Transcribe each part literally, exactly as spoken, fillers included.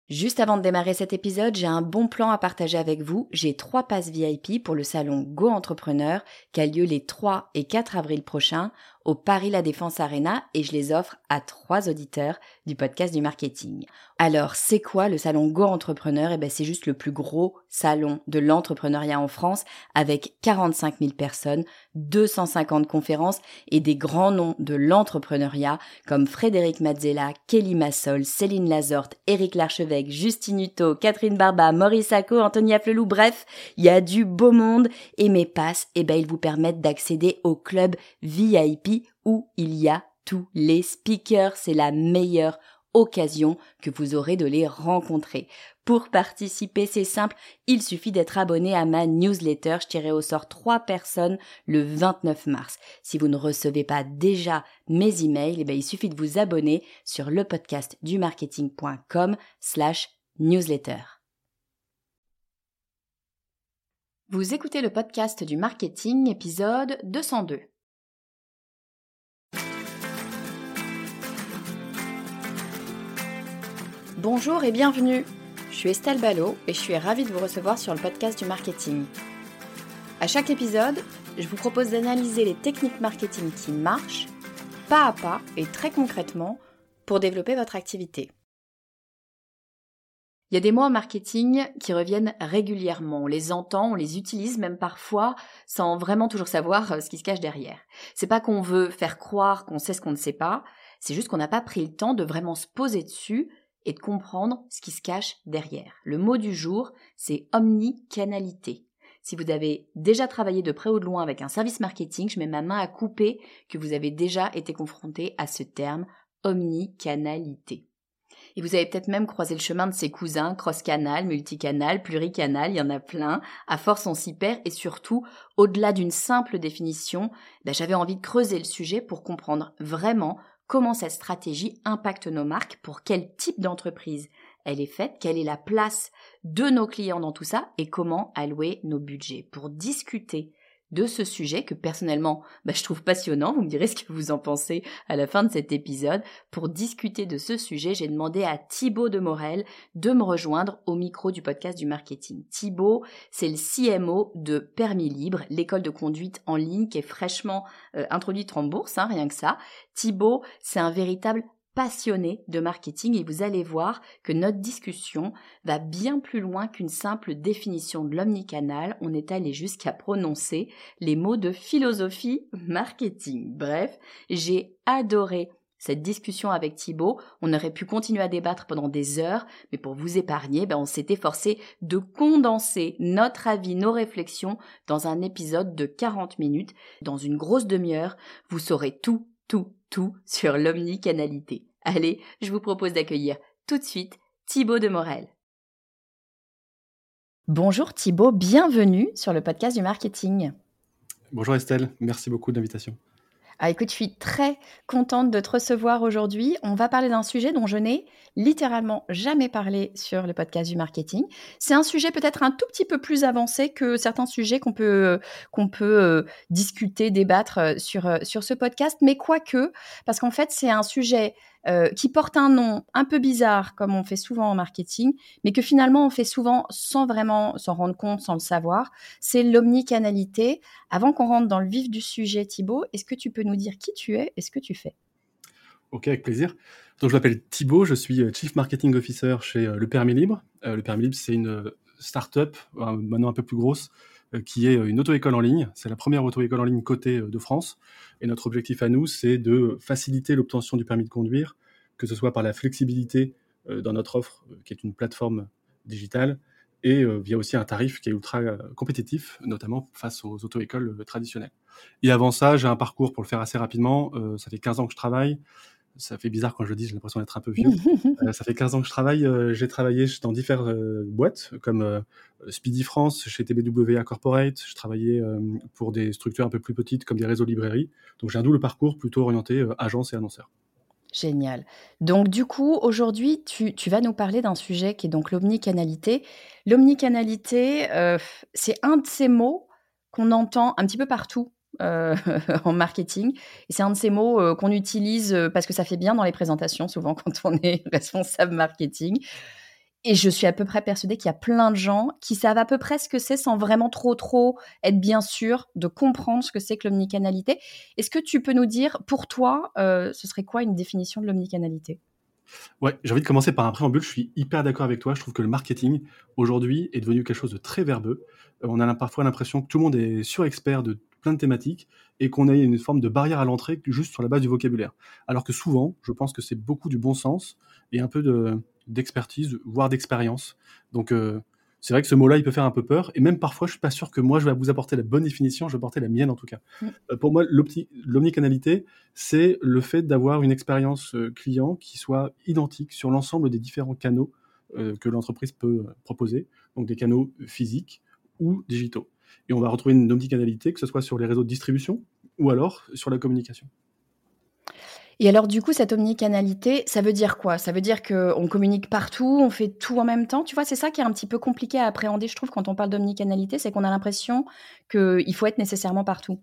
Juste avant de démarrer cet épisode, j'ai un bon plan à partager avec vous. J'ai trois passes V I P pour le salon Go Entrepreneur qui a lieu les trois et quatre avril prochains au Paris La Défense Arena et je les offre à trois auditeurs du podcast du marketing. Alors, c'est quoi le salon Go Entrepreneur ? Eh ben, c'est juste le plus gros salon de l'entrepreneuriat en France avec quarante-cinq mille personnes, deux cent cinquante conférences et des grands noms de l'entrepreneuriat comme Frédéric Mazzella, Kelly Massol, Céline Lazorte, Éric Larchevêque, Justine Hutto, Catherine Barba, Maurice Sacco, Anthony Afflelou, bref, il y a du beau monde et mes passes, eh ben, ils vous permettent d'accéder au club V I P où il y a tous les speakers. C'est la meilleure occasion que vous aurez de les rencontrer. Pour participer, c'est simple, il suffit d'être abonné à ma newsletter. Je tirerai au sort trois personnes le vingt-neuf mars. Si vous ne recevez pas déjà mes emails, eh ben, il suffit de vous abonner sur lepodcastdumarketing.com slash newsletter. Vous écoutez le podcast du marketing, épisode deux cent deux. Bonjour et bienvenue. Je suis Estelle Ballot et je suis ravie de vous recevoir sur le podcast du marketing. À chaque épisode, je vous propose d'analyser les techniques marketing qui marchent, pas à pas et très concrètement, pour développer votre activité. Il y a des mots en marketing qui reviennent régulièrement. On les entend, on les utilise même parfois sans vraiment toujours savoir ce qui se cache derrière. C'est pas qu'on veut faire croire qu'on sait ce qu'on ne sait pas, c'est juste qu'on n'a pas pris le temps de vraiment se poser dessus et de comprendre ce qui se cache derrière. Le mot du jour, c'est omnicanalité. Si vous avez déjà travaillé de près ou de loin avec un service marketing, je mets ma main à couper que vous avez déjà été confronté à ce terme, omnicanalité. Et vous avez peut-être même croisé le chemin de ses cousins, cross-canal, multicanal, pluricanal, il y en a plein. À force, on s'y perd et surtout, au-delà d'une simple définition, ben, j'avais envie de creuser le sujet pour comprendre vraiment comment cette stratégie impacte nos marques, pour quel type d'entreprise elle est faite, quelle est la place de nos clients dans tout ça et comment allouer nos budgets. Pour discuter de ce sujet que personnellement bah, je trouve passionnant, vous me direz ce que vous en pensez à la fin de cet épisode. Pour discuter de ce sujet, j'ai demandé à Thibaut Demorel de me rejoindre au micro du podcast du marketing. Thibaut, c'est le C M O de Permis Libre, l'école de conduite en ligne qui est fraîchement euh, introduite en bourse, hein, rien que ça. Thibaut, c'est un véritable passionné de marketing et vous allez voir que notre discussion va bien plus loin qu'une simple définition de l'omnicanal. On est allé jusqu'à prononcer les mots de philosophie marketing. Bref, j'ai adoré cette discussion avec Thibaut. On aurait pu continuer à débattre pendant des heures, mais pour vous épargner, ben on s'est efforcé de condenser notre avis, nos réflexions dans un épisode de quarante minutes. Dans une grosse demi-heure, vous saurez tout, tout, tout sur l'omnicanalité. Allez, je vous propose d'accueillir tout de suite Thibaut Demorel. Bonjour Thibaut, bienvenue sur le podcast du marketing. Bonjour Estelle, merci beaucoup de l'invitation. Ah, écoute, je suis très contente de te recevoir aujourd'hui. On va parler d'un sujet dont je n'ai littéralement jamais parlé sur le podcast du marketing. C'est un sujet peut-être un tout petit peu plus avancé que certains sujets qu'on peut, qu'on peut euh, discuter, débattre sur, euh, sur ce podcast, mais quoique, parce qu'en fait, c'est un sujet euh, qui porte un nom un peu bizarre, comme on fait souvent en marketing, mais que finalement, on fait souvent sans vraiment s'en rendre compte, sans le savoir. C'est l'omnicanalité. Avant qu'on rentre dans le vif du sujet, Thibaut, est-ce que tu peux nous dire qui tu es et ce que tu fais ? Ok, avec plaisir. Donc, je m'appelle Thibaut, je suis Chief Marketing Officer chez Le Permis Libre. Euh, le Permis Libre, c'est une start-up, euh, maintenant un peu plus grosse, euh, qui est une auto-école en ligne. C'est la première auto-école en ligne cotée euh, de France. Et notre objectif à nous, c'est de faciliter l'obtention du permis de conduire, que ce soit par la flexibilité euh, dans notre offre, euh, qui est une plateforme digitale, et euh, via aussi un tarif qui est ultra euh, compétitif, notamment face aux auto-écoles euh, traditionnelles. Et avant ça, j'ai un parcours, pour le faire assez rapidement, euh, ça fait quinze ans que je travaille. Ça fait bizarre quand je le dis, j'ai l'impression d'être un peu vieux. euh, ça fait quinze ans que je travaille. Euh, j'ai travaillé dans différentes euh, boîtes, comme euh, Speedy France, chez T B W A Corporate. Je travaillais euh, pour des structures un peu plus petites, comme des réseaux librairies. Donc j'ai un double parcours plutôt orienté euh, agence et annonceur. Génial. Donc du coup, aujourd'hui, tu, tu vas nous parler d'un sujet qui est donc l'omnicanalité. L'omnicanalité, euh, c'est un de ces mots qu'on entend un petit peu partout euh, en marketing. Et c'est un de ces mots euh, qu'on utilise euh, parce que ça fait bien dans les présentations, souvent quand on est responsable marketing. Et je suis à peu près persuadée qu'il y a plein de gens qui savent à peu près ce que c'est sans vraiment trop, trop être bien sûr de comprendre ce que c'est que l'omnicanalité. Est-ce que tu peux nous dire, pour toi, euh, ce serait quoi une définition de l'omnicanalité ? Ouais, j'ai envie de commencer par un préambule. Je suis hyper d'accord avec toi. Je trouve que le marketing, aujourd'hui, est devenu quelque chose de très verbeux. Euh, on a parfois l'impression que tout le monde est surexpert de plein de thématiques et qu'on a une forme de barrière à l'entrée juste sur la base du vocabulaire. Alors que souvent, je pense que c'est beaucoup du bon sens et un peu de, d'expertise, voire d'expérience. Donc, euh, c'est vrai que ce mot-là, il peut faire un peu peur. Et même parfois, je suis pas sûr que moi, je vais vous apporter la bonne définition. Je vais apporter la mienne, en tout cas. Mm. Euh, pour moi, l'opti- l'omnicanalité, c'est le fait d'avoir une expérience euh, client qui soit identique sur l'ensemble des différents canaux euh, que l'entreprise peut euh, proposer, donc des canaux physiques ou digitaux. Et on va retrouver une omnicanalité, que ce soit sur les réseaux de distribution ou alors sur la communication. Et alors, du coup, cette omnicanalité, ça veut dire quoi ? Ça veut dire qu'on communique partout, on fait tout en même temps. Tu vois, c'est ça qui est un petit peu compliqué à appréhender, je trouve, quand on parle d'omnicanalité, c'est qu'on a l'impression qu'il faut être nécessairement partout.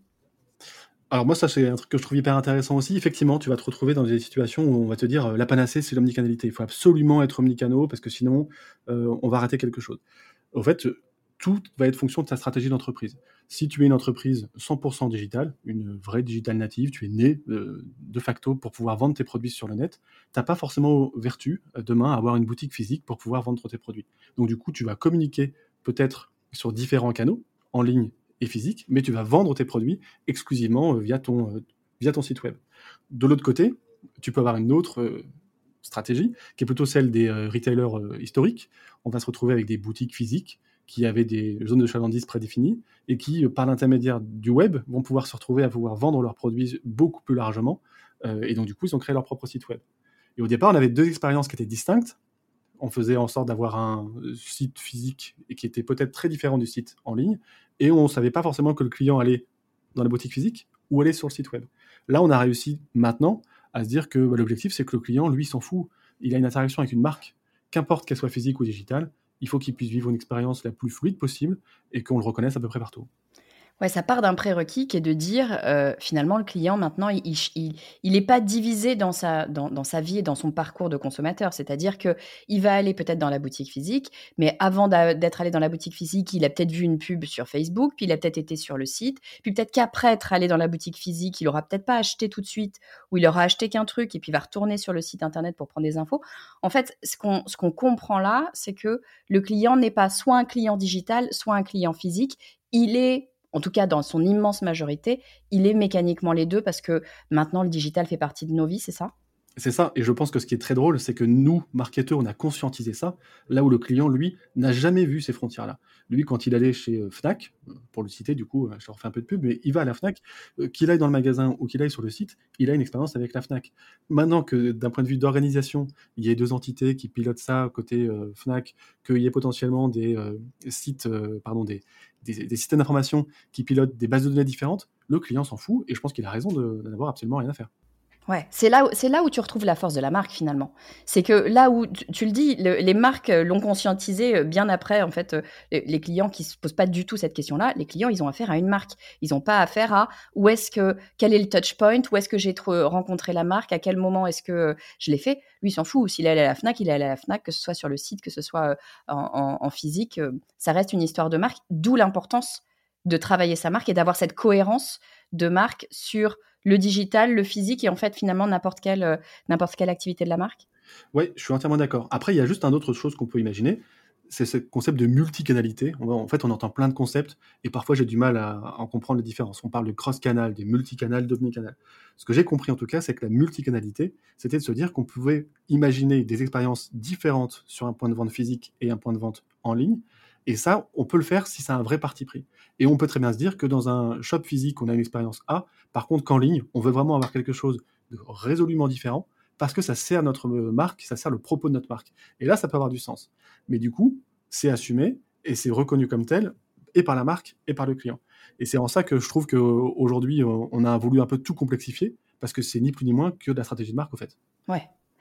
Alors moi, ça, c'est un truc que je trouve hyper intéressant aussi. Effectivement, tu vas te retrouver dans des situations où on va te dire euh, la panacée, c'est l'omnicanalité. Il faut absolument être omnicano parce que sinon, euh, on va rater quelque chose. En fait, tout va être fonction de ta stratégie d'entreprise. Si tu es une entreprise cent pour cent digitale, une vraie digital native, tu es né euh, de facto pour pouvoir vendre tes produits sur le net, tu n'as pas forcément vertu euh, demain à avoir une boutique physique pour pouvoir vendre tes produits. Donc du coup, tu vas communiquer peut-être sur différents canaux, en ligne et physique, mais tu vas vendre tes produits exclusivement euh, via, ton, euh, via ton site web. De l'autre côté, tu peux avoir une autre euh, stratégie, qui est plutôt celle des euh, retailers euh, historiques. On va se retrouver avec des boutiques physiques qui avaient des zones de chalandise prédéfinies et qui, euh, par l'intermédiaire du web, vont pouvoir se retrouver à pouvoir vendre leurs produits beaucoup plus largement. Euh, et donc, du coup, ils ont créé leur propre site web. Et au départ, on avait deux expériences qui étaient distinctes. On faisait en sorte d'avoir un site physique et qui était peut-être très différent du site en ligne. Et on ne savait pas forcément que le client allait dans la boutique physique ou aller sur le site web. Là, on a réussi maintenant à se dire que bah, l'objectif, c'est que le client, lui, s'en fout. Il a une interaction avec une marque, qu'importe qu'elle soit physique ou digitale, il faut qu'il puisse vivre une expérience la plus fluide possible et qu'on le reconnaisse à peu près partout. Ouais, ça part d'un prérequis qui est de dire, euh, finalement, le client, maintenant, il il, il, il est pas divisé dans sa, dans, dans sa vie et dans son parcours de consommateur. C'est-à-dire qu'il va aller peut-être dans la boutique physique, mais avant d'a- d'être allé dans la boutique physique, il a peut-être vu une pub sur Facebook, puis il a peut-être été sur le site, puis peut-être qu'après être allé dans la boutique physique, il aura peut-être pas acheté tout de suite, ou il aura acheté qu'un truc, et puis il va retourner sur le site internet pour prendre des infos. En fait, ce qu'on, ce qu'on comprend là, c'est que le client n'est pas soit un client digital, soit un client physique. Il est, en tout cas dans son immense majorité, il est mécaniquement les deux parce que maintenant le digital fait partie de nos vies, c'est ça ? C'est ça, et je pense que ce qui est très drôle, c'est que nous, marketeurs, on a conscientisé ça, là où le client, lui, n'a jamais vu ces frontières-là. Lui, quand il allait chez euh, Fnac, euh, pour le citer, du coup, euh, je leur fais un peu de pub, mais il va à la Fnac, euh, qu'il aille dans le magasin ou qu'il aille sur le site, il a une expérience avec la Fnac. Maintenant que, d'un point de vue d'organisation, il y ait deux entités qui pilotent ça côté euh, Fnac, qu'il y ait potentiellement des euh, sites, euh, pardon, des, des, des systèmes d'information qui pilotent des bases de données différentes, le client s'en fout, et je pense qu'il a raison de, de n'avoir absolument rien à faire. Ouais, c'est là, où, c'est là où tu retrouves la force de la marque finalement. C'est que là où, tu, tu le dis, le, les marques l'ont conscientisé bien après, en fait, les, les clients qui se posent pas du tout cette question-là, les clients, ils ont affaire à une marque. Ils n'ont pas affaire à où est-ce que, quel est le touch point, où est-ce que j'ai trop rencontré la marque, à quel moment est-ce que je l'ai fait. Lui, il s'en fout. S'il est allé à la Fnac, il est allé à la Fnac, que ce soit sur le site, que ce soit en, en, en physique. Ça reste une histoire de marque, d'où l'importance de travailler sa marque et d'avoir cette cohérence de marque sur le digital, le physique et en fait finalement n'importe quelle, euh, n'importe quelle activité de la marque. Oui, je suis entièrement d'accord. Après, il y a juste un autre chose qu'on peut imaginer, c'est ce concept de multicanalité. On va- En fait, on entend plein de concepts et parfois j'ai du mal à, à en comprendre les différences. On parle de cross-canal, des multicanal, d'omnicanal. Ce que j'ai compris en tout cas, c'est que la multicanalité, c'était de se dire qu'on pouvait imaginer des expériences différentes sur un point de vente physique et un point de vente en ligne. Et ça, on peut le faire si c'est un vrai parti pris. Et on peut très bien se dire que dans un shop physique, on a une expérience A, par contre qu'en ligne, on veut vraiment avoir quelque chose de résolument différent parce que ça sert notre marque, ça sert le propos de notre marque. Et là, ça peut avoir du sens. Mais du coup, c'est assumé et c'est reconnu comme tel, et par la marque et par le client. Et c'est en ça que je trouve qu'aujourd'hui, on a voulu un peu tout complexifier, parce que c'est ni plus ni moins que de la stratégie de marque, au fait. Ouais.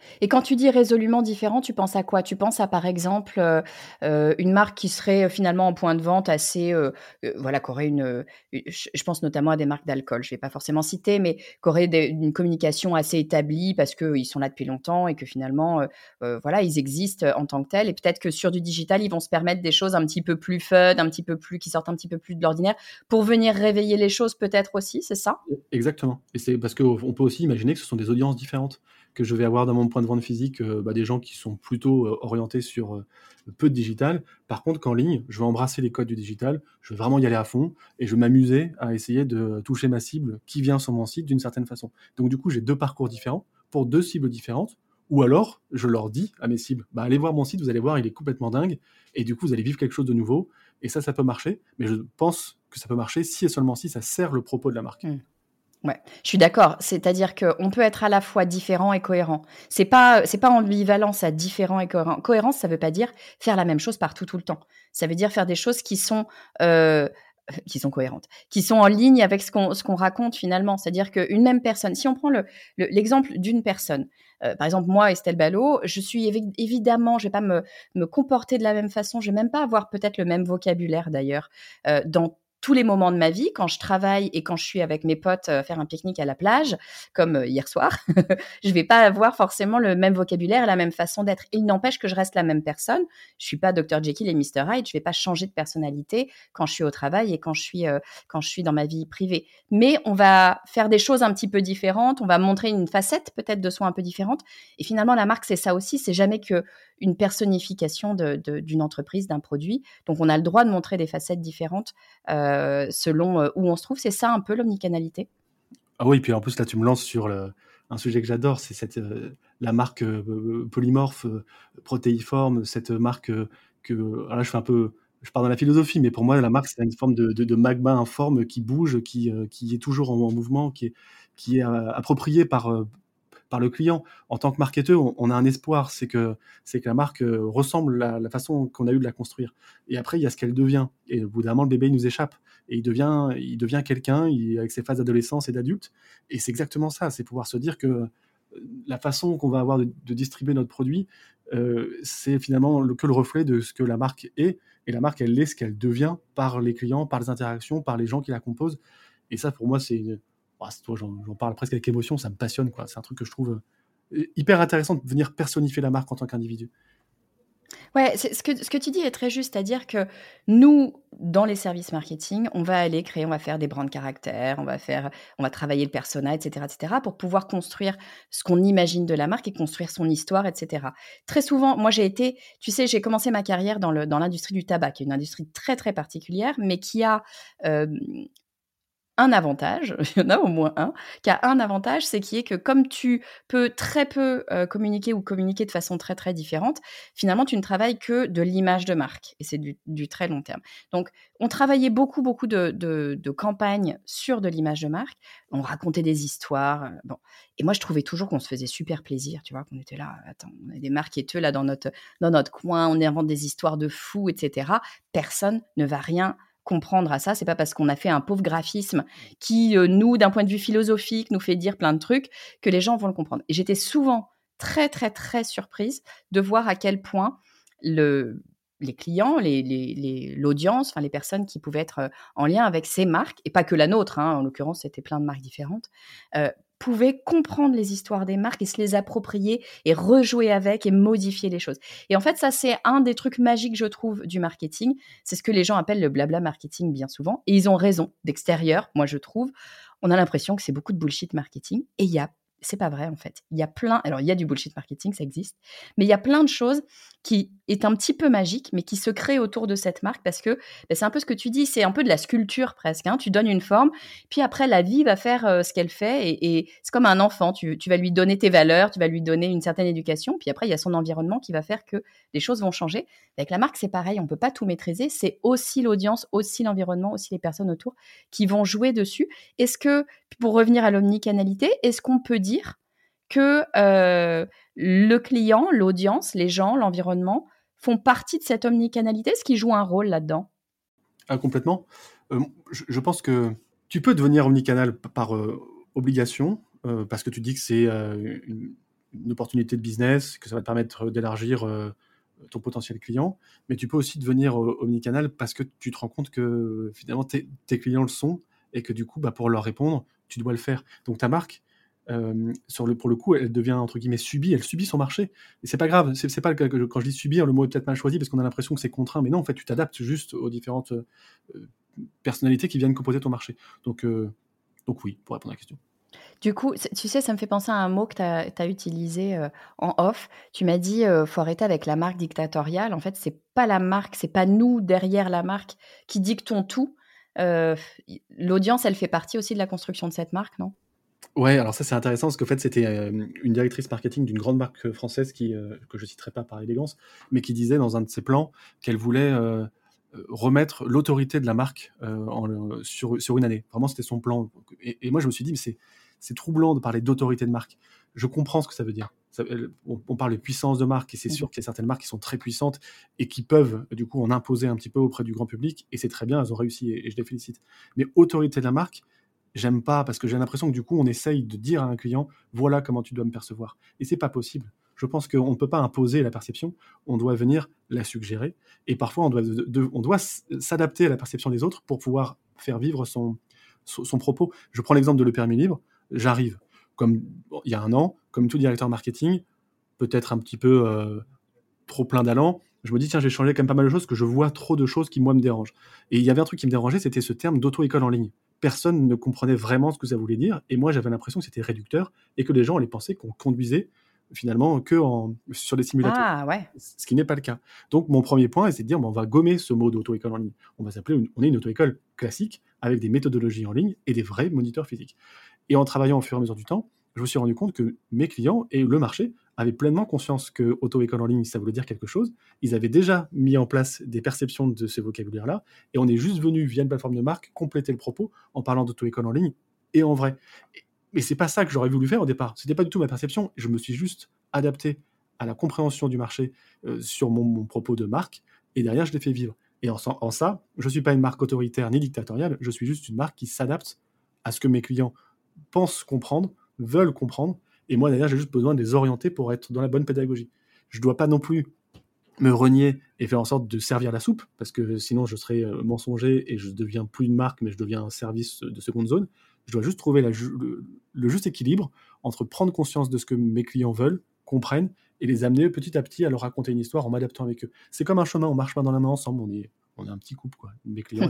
Et quand tu dis résolument différent, tu penses à quoi? Tu penses à, par exemple, heu heu, une marque qui serait, heu, finalement en point de vente assez, heu heu, voilà, qui aurait une, heu, u je je pense notamment à des marques d'alcool, je vais pas forcément citer, mais qui auraient des une communication assez établie parce qu'ils sont là depuis longtemps et que finalement, heu heu, voilà, ils existent, en tant que tels et peut-être que sur du digital, ils vont se permettre des choses un petit peu plus fun, un petit peu plus qui sortent un petit peu plus de l'ordinaire pour venir réveiller les choses peut-être aussi, c'est ça? E exactement et c'est parce qu'on peut aussi imaginer que ce sont des audiences différentes. Que je vais avoir dans mon point de vente physique, heu, bah, des gens qui sont plutôt, heu, orientés sur, heu, peu de digital. Par contre qu'en ligne, je vais embrasser les codes du digital, je vais vraiment y aller à fond et je vais m'amuser à essayer de toucher ma cible qui vient sur mon site d'une certaine façon. Donc du coup, j'ai deux parcours différents pour deux cibles différentes ou alors je leur dis à mes cibles: «Bah, allez voir mon site, vous allez voir, il est complètement dingue et du coup, vous allez vivre quelque chose de nouveau» et ça, ça peut marcher, mais je pense que ça peut marcher si et seulement si ça sert le propos de la marque. Mmh. Ouais, je suis d'accord. C'est-à-dire qu'on peut être à la fois différent et cohérent. C'est pas, c'est pas ambivalent ça, différent et cohérent. Cohérence, ça veut pas dire faire la même chose partout, tout le temps. Ça veut dire faire des choses qui sont, heu, qui sont cohérentes, qui sont en ligne avec ce qu'on ce qu'on raconte finalement. C'est-à-dire qu'une même personne, si on prend le le l'exemple d'une personne, heu, par exemple moi, Estelle Ballot, je suis évi évidemment, je vais pas me me comporter de la même façon, je vais même pas avoir peut-être le même vocabulaire d'ailleurs, heu, dans tous les moments de ma vie, quand je travaille et quand je suis avec mes potes, heu, faire un pique-nique à la plage, comme, heu, hier soir, je vais pas avoir forcément le même vocabulaire et la même façon d'être. Il n'empêche que je reste la même personne. Je suis pas docteur Jekyll et mister Hyde, je vais pas changer de personnalité quand je suis au travail et quand je suis, heu, quand je suis dans ma vie privée. Mais on va faire des choses un petit peu différentes, on va montrer une facette peut-être de soi un peu différente et finalement la marque, c'est ça aussi, c'est jamais qu'une personnification de de d'une entreprise, d'un produit. Donc on a le droit de montrer des facettes différentes, heu, selon, heu, où on se trouve. C'est ça un peu l'omnicanalité? Ah oui, puis en plus là tu me lances sur le un sujet que j'adore, c'est cette, heu, la marque, heu, polymorphe, heu, protéiforme, cette marque, heu, que alors là je fais un peu je pars dans la philosophie, mais pour moi la marque c'est une forme de de de magma informe qui bouge, qui, heu, qui est toujours en en mouvement, qui est qui est, heu, approprié par, heu, par le client. En tant que marketeur, on on a un espoir, c'est que c'est que la marque, heu, ressemble à la façon qu'on a eu de la construire et après il y a ce qu'elle devient et au bout d'un moment le bébé il nous échappe et il devient il devient quelqu'un, il avec ses phases d'adolescence et d'adulte et c'est exactement ça, c'est pouvoir se dire que, heu, la façon qu'on va avoir de de distribuer notre produit, heu, c'est finalement le que le reflet de ce que la marque est et la marque elle est ce qu'elle devient par les clients, par les interactions, par les gens qui la composent et ça pour moi c'est une bah, c'est toi j'en j'en parle presque avec émotion, ça me passionne quoi. C'est un truc que je trouve, heu, hyper intéressant de venir personnifier la marque en tant qu'individu. Ouais, c'est ce que ce que tu dis est très juste, c'est-à-dire que nous, dans les services marketing, on va aller créer, on va faire des brands de caractère, on va faire on va travailler le persona et cetera et cetera pour pouvoir construire ce qu'on imagine de la marque et construire son histoire et cetera. Très souvent, moi j'ai été tu sais, j'ai commencé ma carrière dans le dans l'industrie du tabac, qui est une industrie très, très particulière, mais qui a, hem un avantage, il y en a au moins un, qui a un avantage, c'est qui est que comme tu peux très peu, heu, communiquer ou communiquer de façon très, très différente, finalement, tu ne travailles que de l'image de marque et c'est du du très long terme. Donc on travaillait beaucoup, beaucoup de de de campagnes sur de l'image de marque. On racontait des histoires, heu, bon et moi, je trouvais toujours qu'on se faisait super plaisir, tu vois? Qu'on était là: «Attends, on est des marketeux là dans notre dans notre coin, on invente des histoires de fous et cetera». Personne ne va rien comprendre à ça. C'est pas parce qu'on a fait un pauvre graphisme qui, heu, nous, d'un point de vue philosophique, nous fait dire plein de trucs que les gens vont le comprendre. Et j'étais souvent très, très, très surprise de voir à quel point le les clients, les les les l'audience, enfin les personnes qui pouvaient être, heu, en lien avec ces marques et pas que la nôtre, hein, en l'occurrence, c'était plein de marques différentes, heu, pouvaient comprendre les histoires des marques et se les approprier et rejouer avec et modifier les choses. Et en fait, ça, c'est un des trucs magiques, je trouve, du marketing. C'est ce que les gens appellent le blabla marketing bien souvent et ils ont raison. D'extérieur, moi, je trouve, on a l'impression que c'est beaucoup de bullshit marketing et il y a c'est pas vrai en fait. Il y a plein alors il y a du bullshit marketing, ça existe, mais il y a plein de choses qui est un petit peu magique, mais qui se créent autour de cette marque parce que, bah, c'est un peu ce que tu dis, c'est un peu de la sculpture presque, hein. Tu donnes une forme, puis après la vie va faire, heu, ce qu'elle fait et et c'est comme un enfant, tu tu vas lui donner tes valeurs, tu vas lui donner une certaine éducation, puis après il y a son environnement qui va faire que les choses vont changer. Avec la marque, c'est pareil, on peut pas tout maîtriser, c'est aussi l'audience, aussi l'environnement, aussi les personnes autour qui vont jouer dessus. Est-ce que pour revenir à l'omnicanalité, est-ce qu'on peut dire que, heu, le client, l'audience, les gens, l'environnement font partie de cette omnicanalité? Est-ce qu'ils jouent un rôle là-dedans? Ah complètement. Hem, je je pense que tu peux devenir omnicanal p par, heu, obligation, heu, parce que tu dis que c'est, heu, une une opportunité de business, que ça va te permettre d'élargir euh, ton potentiel client, mais tu peux aussi devenir euh, omnicanal parce que tu te rends compte que finalement tes, tes clients le sont et que du coup, bah, pour leur répondre, tu dois le faire. Donc ta marque, euh, sur le, pour le coup, elle devient entre guillemets subie, elle subit son marché. Et c'est pas grave, c'est, c'est pas le cas que quand je dis subir, le mot est peut-être mal choisi parce qu'on a l'impression que c'est contraint, mais non, en fait, tu t'adaptes juste aux différentes euh, personnalités qui viennent composer ton marché. Donc, euh, donc oui, pour répondre à la question. Du coup, c- tu sais, ça me fait penser à un mot que tu as utilisé euh, en off. Tu m'as dit, euh, faut arrêter avec la marque dictatoriale. En fait, c'est pas la marque, c'est pas nous derrière la marque qui dictons tout. Euh, L'audience, elle fait partie aussi de la construction de cette marque, non? Ouais, alors ça c'est intéressant parce qu'en fait c'était euh, une directrice marketing d'une grande marque euh, française qui, euh, que je citerai pas par élégance, mais qui disait dans un de ses plans qu'elle voulait euh, euh, remettre l'autorité de la marque euh, en, euh, sur, sur une année. Vraiment c'était son plan. Et, et moi je me suis dit, mais c'est, c'est troublant de parler d'autorité de marque. Je comprends ce que ça veut dire. Ça- elle- on, on parle de puissance de marque et c'est Mhm. sûr qu'il y a certaines marques qui sont très puissantes et qui peuvent du coup en imposer un petit peu auprès du grand public et c'est très bien, elles ont réussi et, et je les félicite. Mais autorité de la marque, j'aime pas parce que j'ai l'impression que du coup on essaye de dire à un client voilà comment tu dois me percevoir et c'est pas possible. Je pense qu'on ne peut pas imposer la perception, on doit venir la suggérer et parfois on doit, de- de- on doit s- s'adapter à la perception des autres pour pouvoir faire vivre son, son, son propos. Je prends l'exemple de Le Permis Libre, j'arrive comme bon, il y a un an, comme tout directeur marketing, peut-être un petit peu euh, trop plein d'allant, je me dis tiens j'ai changé quand même pas mal de choses, que je vois trop de choses qui moi me dérangent. Et il y avait un truc qui me dérangeait, c'était ce terme d'auto-école en ligne. Personne ne comprenait vraiment ce que ça voulait dire, et moi j'avais l'impression que c'était réducteur, et que les gens allaient penser qu'on conduisait finalement que en, sur des simulateurs. Ah ouais. Ce qui n'est pas le cas. Donc mon premier point, c'est de dire bon, on va gommer ce mot d'auto-école en ligne. On va s'appeler, une- on est une auto-école classique, avec des méthodologies en ligne et des vrais moniteurs physiques. Et en travaillant au fur et à mesure du temps, je me suis rendu compte que mes clients et le marché avaient pleinement conscience que auto-école en ligne, ça voulait dire quelque chose. Ils avaient déjà mis en place des perceptions de ce vocabulaire-là, et on est juste venu, via une plateforme de marque, compléter le propos en parlant d'auto-école en ligne et en vrai. Mais c'est pas ça que j'aurais voulu faire au départ. C'était pas du tout ma perception. Je me suis juste adapté à la compréhension du marché euh, sur mon, mon propos de marque, et derrière, je l'ai fait vivre. Et en, en ça, je suis pas une marque autoritaire ni dictatoriale, je suis juste une marque qui s'adapte à ce que mes clients pensent comprendre, veulent comprendre, et moi derrière j'ai juste besoin de les orienter pour être dans la bonne pédagogie. Je ne dois pas non plus me renier et faire en sorte de servir la soupe, parce que sinon je serais euh, mensonger et je deviens plus une marque, mais je deviens un service de seconde zone. Je dois juste trouver la ju- le, le juste équilibre entre prendre conscience de ce que mes clients veulent, comprennent, et les amener petit à petit à leur raconter une histoire en m'adaptant avec eux. C'est comme un chemin, on marche main dans la main ensemble, on est, on est un petit couple, quoi, mes clients.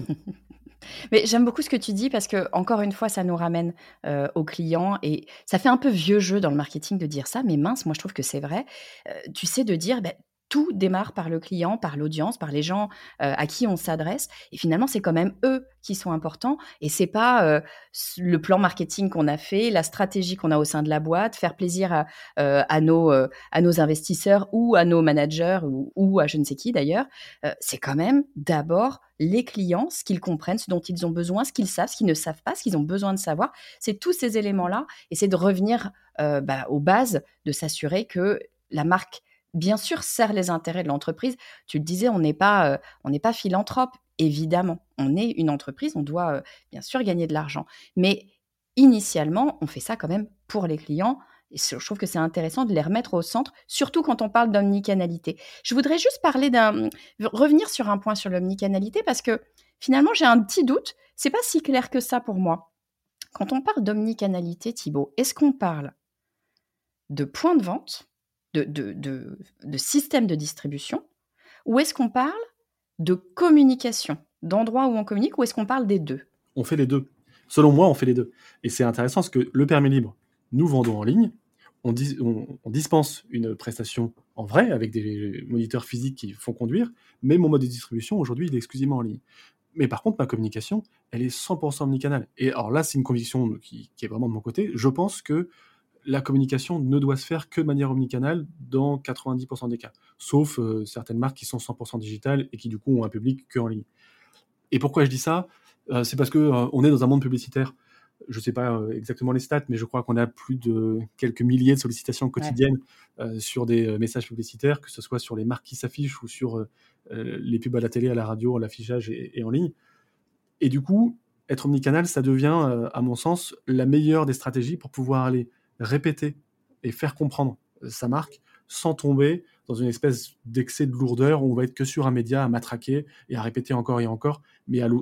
Mais j'aime beaucoup ce que tu dis parce que, encore une fois, ça nous ramène euh, aux clients et ça fait un peu vieux jeu dans le marketing de dire ça, mais mince, moi je trouve que c'est vrai. Euh, tu sais, de dire, ben, tout démarre par le client, par l'audience, par les gens euh, à qui on s'adresse. Et finalement, c'est quand même eux qui sont importants. Et c'est pas euh, s- le plan marketing qu'on a fait, la stratégie qu'on a au sein de la boîte, faire plaisir à, euh, à, nos, euh, à nos investisseurs ou à nos managers ou, ou à je ne sais qui d'ailleurs. Euh, c'est quand même d'abord les clients, ce qu'ils comprennent, ce dont ils ont besoin, ce qu'ils savent, ce qu'ils ne savent pas, ce qu'ils ont besoin de savoir. C'est tous ces éléments-là et c'est de revenir euh, bah, aux bases, de s'assurer que la marque, bien sûr, sert les intérêts de l'entreprise. Tu le disais, on n'est pas, euh, on n'est pas philanthrope, évidemment. On est une entreprise, on doit euh, bien sûr gagner de l'argent. Mais initialement, on fait ça quand même pour les clients. Et je trouve que c'est intéressant de les remettre au centre, surtout quand on parle d'omnicanalité. Je voudrais juste parler d'un, revenir sur un point sur l'omnicanalité parce que finalement, j'ai un petit doute. C'est pas si clair que ça pour moi. Quand on parle d'omnicanalité, Thibaut, est-ce qu'on parle de points de vente, de, de, de, de système de distribution, ou est-ce qu'on parle de communication, d'endroits où on communique, ou est-ce qu'on parle des deux? On fait les deux. Selon moi, on fait les deux. Et c'est intéressant parce que le permis libre, nous vendons en ligne, on, dis- on- on dispense une prestation en vrai avec des moniteurs physiques qui font conduire, mais mon mode de distribution aujourd'hui, il est exclusivement en ligne. Mais par contre, ma communication, elle est cent pour cent omnicanal. Et alors là, c'est une conviction qui, qui est vraiment de mon côté. Je pense que la communication ne doit se faire que de manière omnicanale dans quatre-vingt-dix pour cent des cas, sauf euh, certaines marques qui sont cent pour cent digitales et qui du coup ont un public que en ligne. Et pourquoi je dis ça? Euh, C'est parce que euh, on est dans un monde publicitaire. Je ne sais pas euh, exactement les stats, mais je crois qu'on a plus de quelques milliers de sollicitations Ouais. quotidiennes euh, sur des euh, messages publicitaires, que ce soit sur les marques qui s'affichent ou sur euh, euh, les pubs à la télé, à la radio, à l'affichage et, et en ligne. Et du coup, être omnicanal, ça devient, euh, à mon sens, la meilleure des stratégies pour pouvoir aller répéter et faire comprendre sa marque sans tomber dans une espèce d'excès de lourdeur où on va être que sur un média à matraquer et à répéter encore et encore, mais à,